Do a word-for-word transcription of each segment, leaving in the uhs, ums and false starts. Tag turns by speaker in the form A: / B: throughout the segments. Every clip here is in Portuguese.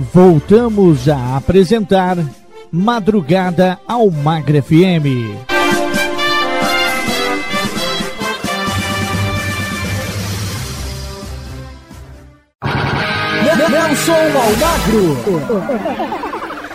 A: Voltamos a apresentar Madrugada Almagre F M. Nelson Almagro.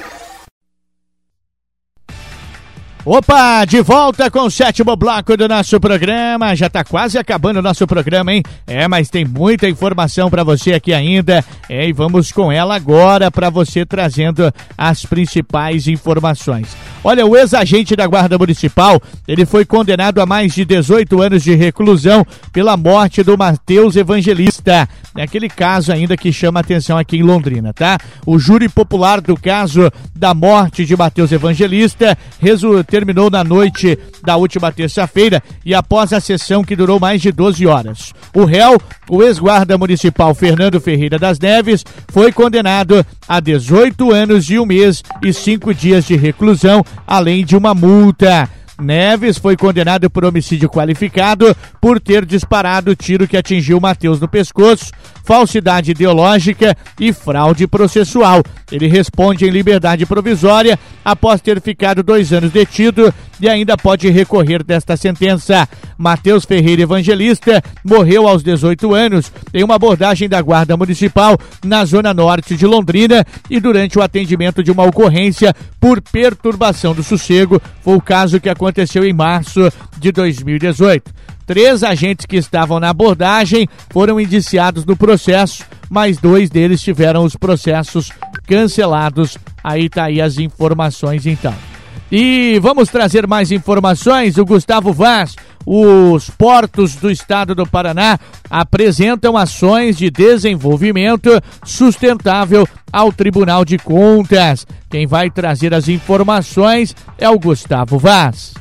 A: Opa, de volta com o sétimo bloco do nosso programa. Já tá quase acabando o nosso programa, hein? É, mas tem muita informação para você aqui ainda. É, e vamos com ela agora para você trazendo as principais informações. Olha, o ex-agente da Guarda Municipal, ele foi condenado a mais de dezoito anos de reclusão pela morte do Matheus Evangelista. É aquele caso ainda que chama atenção aqui em Londrina, tá? O júri popular do caso da morte de Matheus Evangelista resultou terminou na noite da última terça-feira e após a sessão que durou mais de doze horas. O réu, o ex-guarda municipal Fernando Ferreira das Neves, foi condenado a dezoito anos e um mês e cinco dias de reclusão, além de uma multa. Neves foi condenado por homicídio qualificado por ter disparado o tiro que atingiu Matheus no pescoço, falsidade ideológica e fraude processual. Ele responde em liberdade provisória após ter ficado dois anos detido e ainda pode recorrer desta sentença. Matheus Ferreira Evangelista morreu aos dezoito anos em uma abordagem da Guarda Municipal na zona norte de Londrina e durante o atendimento de uma ocorrência por perturbação do sossego. Foi o caso que aconteceu em março de dois mil e dezoito. Três agentes que estavam na abordagem foram indiciados no processo, mas dois deles tiveram os processos cancelados. Aí tá aí as informações então. E vamos trazer mais informações. O Gustavo Vaz, os portos do estado do Paraná apresentam ações de desenvolvimento sustentável ao Tribunal de Contas. Quem vai trazer as informações é o Gustavo Vaz.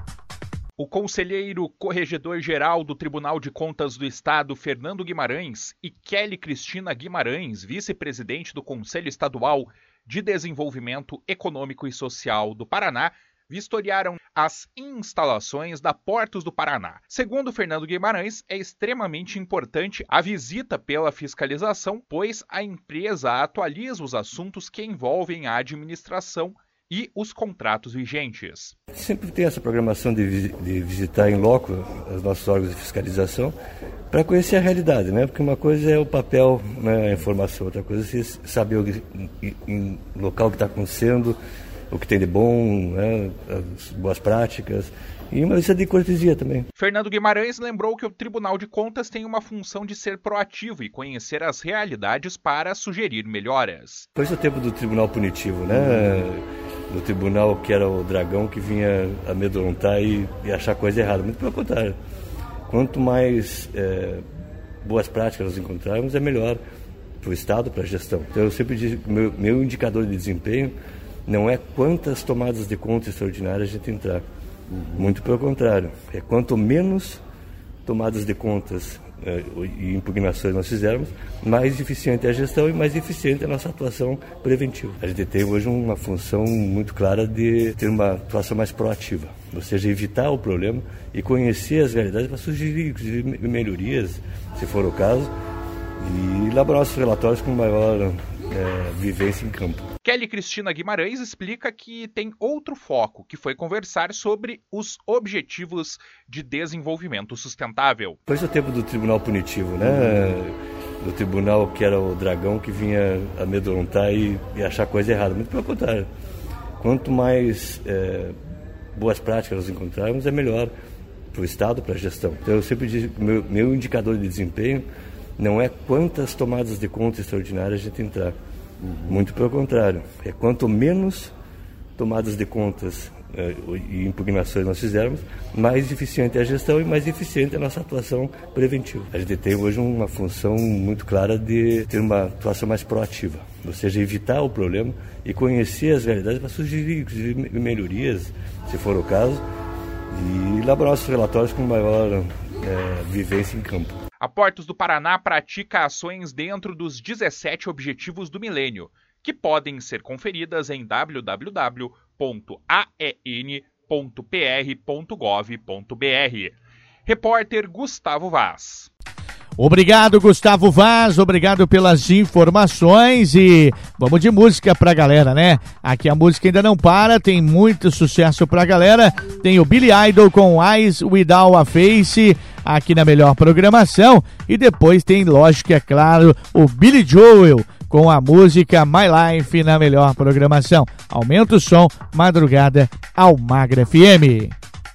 B: O conselheiro corregedor-geral do Tribunal de Contas do Estado, Fernando Guimarães, e Kelly Cristina Guimarães, vice-presidente do Conselho Estadual de Desenvolvimento Econômico e Social do Paraná, vistoriaram as instalações da Portos do Paraná. Segundo Fernando Guimarães, é extremamente importante a visita pela fiscalização, pois a empresa atualiza os assuntos que envolvem a administração e os contratos vigentes.
C: Sempre tem essa programação de, de visitar em loco os nossos órgãos de fiscalização para conhecer a realidade, né? Porque uma coisa é o papel, né, a informação, outra coisa é você saber o em local que está acontecendo, o que tem de bom, né, as boas práticas e uma visita de cortesia também.
B: Fernando Guimarães lembrou que o Tribunal de Contas tem uma função de ser proativo e conhecer as realidades para sugerir melhoras.
C: Foi esse o tempo do Tribunal Punitivo, né? Do tribunal que era o dragão que vinha amedrontar e, e achar coisa errada. Muito pelo contrário. Quanto mais é, boas práticas nós encontrarmos, é melhor para o Estado, para a gestão. Então eu sempre digo que meu, meu indicador de desempenho não é quantas tomadas de conta extraordinárias a gente entrar. Muito pelo contrário. É quanto menos tomadas de contas é, e impugnações nós fizermos, mais eficiente é a gestão e mais eficiente é a nossa atuação preventiva. A gente tem hoje uma função muito clara de ter uma atuação mais proativa, ou seja, evitar o problema e conhecer as realidades para sugerir melhorias, se for o caso, e elaborar os relatórios com maior é, vivência em campo.
B: Kelly Cristina Guimarães explica que tem outro foco, que foi conversar sobre os objetivos de desenvolvimento sustentável.
C: Foi esse o tempo do Tribunal Punitivo, né? Do tribunal que era o dragão que vinha amedrontar e, e achar coisa errada. Muito pelo contrário. Quanto mais é, boas práticas nós encontrarmos, é melhor para o Estado, para a gestão. Então eu sempre digo que meu, meu indicador de desempenho não é quantas tomadas de conta extraordinárias a gente entrar. Muito pelo contrário. É quanto menos tomadas de contas é, e impugnações nós fizermos, mais eficiente é a gestão e mais eficiente é a nossa atuação preventiva. A gente tem hoje uma função muito clara de ter uma atuação mais proativa, ou seja, evitar o problema e conhecer as realidades para sugerir melhorias, se for o caso, e elaborar os relatórios com maior é, vivência em campo.
B: A Portos do Paraná pratica ações dentro dos dezessete Objetivos do Milênio, que podem ser conferidas em w w w ponto a e n ponto p r ponto gov ponto b r. Repórter Gustavo Vaz.
A: Obrigado, Gustavo Vaz, obrigado pelas informações e vamos de música pra galera, né? Aqui a música ainda não para, tem muito sucesso pra galera. Tem o Billy Idol com Eyes Without a Face aqui na melhor programação e depois tem, lógico, é claro, o Billy Joel com a música My Life na melhor programação. Aumenta o som, madrugada ao Magra F M.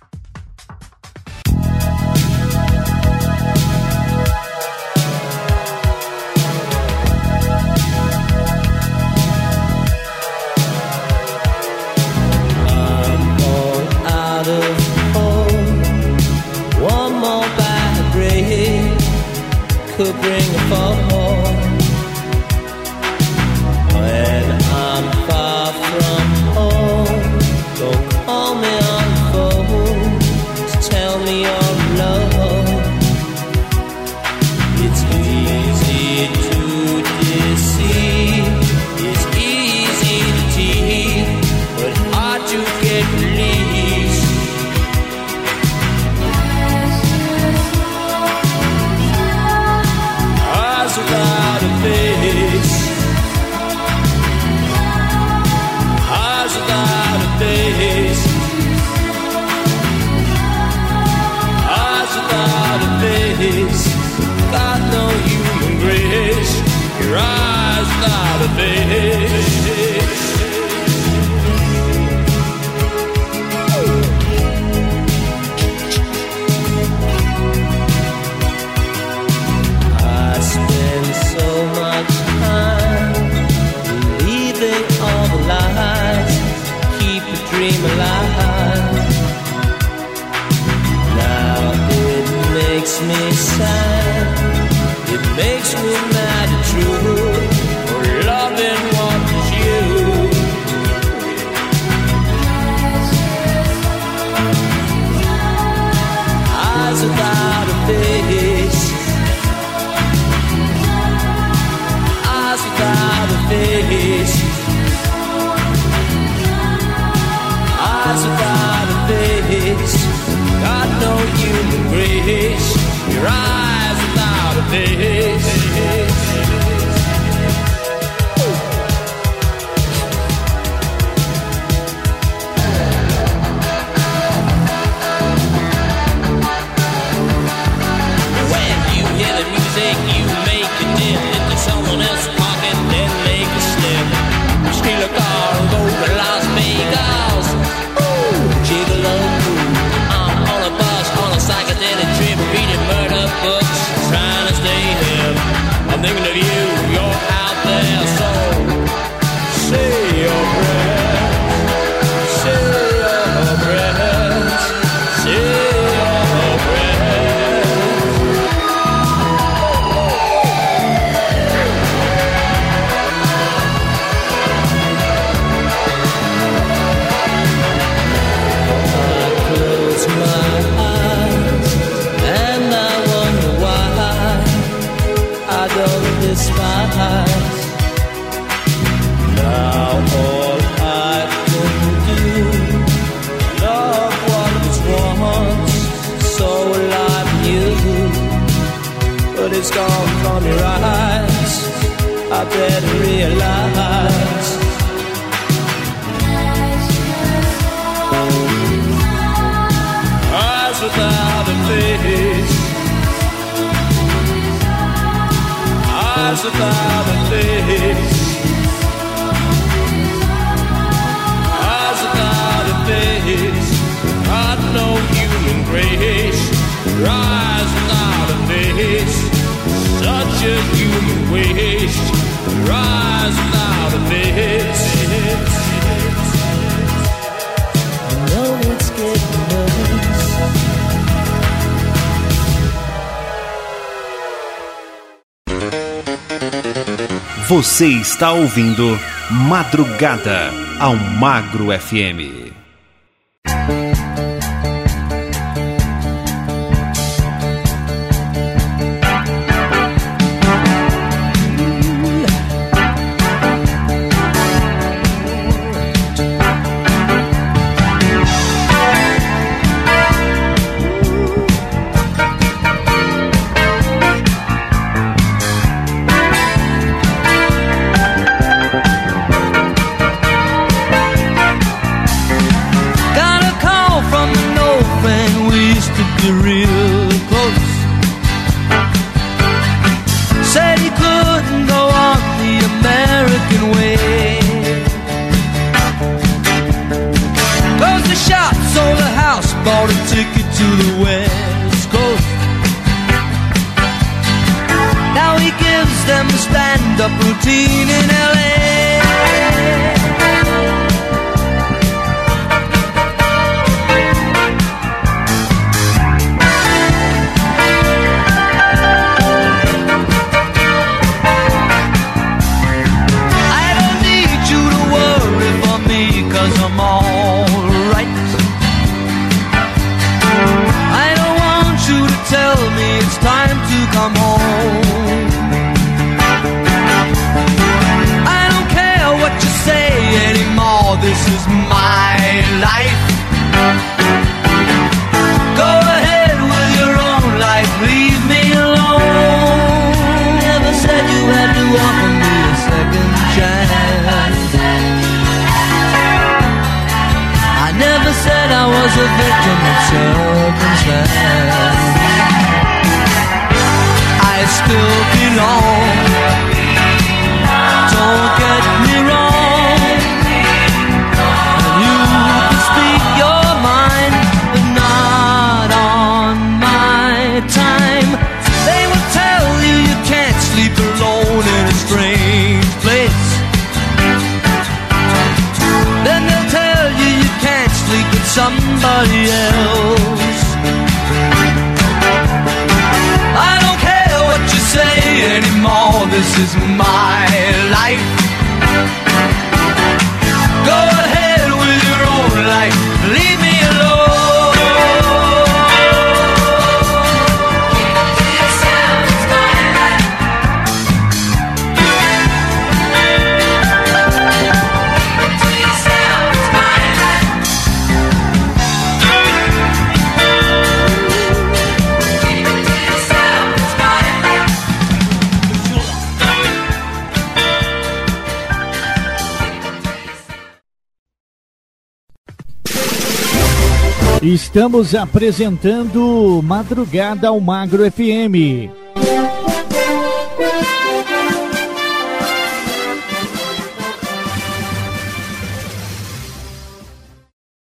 D: Could bring a fall when I'm far from home. Don't call me on the phone to tell me you're alone. It's easy to deceive, it's easy to tease, but hard to get released. Without a face, eyes without a face, eyes without a face, got no human grace, your eyes without a face. So much time believing all the lies, keep the dream alive. Now it makes me sad, it makes me mad and true, for loving what is you. Eyes without a face, without a face, eyes without a face, got no human grace, your eyes without a face. When you hear the music, you make it dim into someone else. Steal a car and go to Las Vegas. Ooh, gigolo. I'm on a bus, on a psychedelic trip, reading murder books, trying to stay hip. I'm thinking of you, you're out there, so say your prayers, say your prayers, say your prayers. Despise. Now all I can do, love what was once so alive in you, but it's gone from your eyes, I better realize. Eyes without a face, eyes without a face, eyes without a face, got no human grace, your eyes without a face, such a human waste, your eyes without a face. I know it's getting worse.
E: Você está ouvindo Madrugada ao Magro F M.
D: he gives them a stand-up routine in L A. I'm alright. I don't want you to tell me it's time to come home. I don't care what you say anymore, this is my life. Go ahead with your own life, leave me alone. Never said you had to offer me a second chance. Never said I was a victim of circumstance. I still belong. Don't get me wrong. You can speak your mind, but not on my time. They will tell you you can't sleep alone in a strange place. Then they'll tell you you can't sleep with somebody else. I don't care what you say anymore, this is my life. Go ahead with your own life, leave me alone.
A: Estamos apresentando Madrugada ao Magro F M.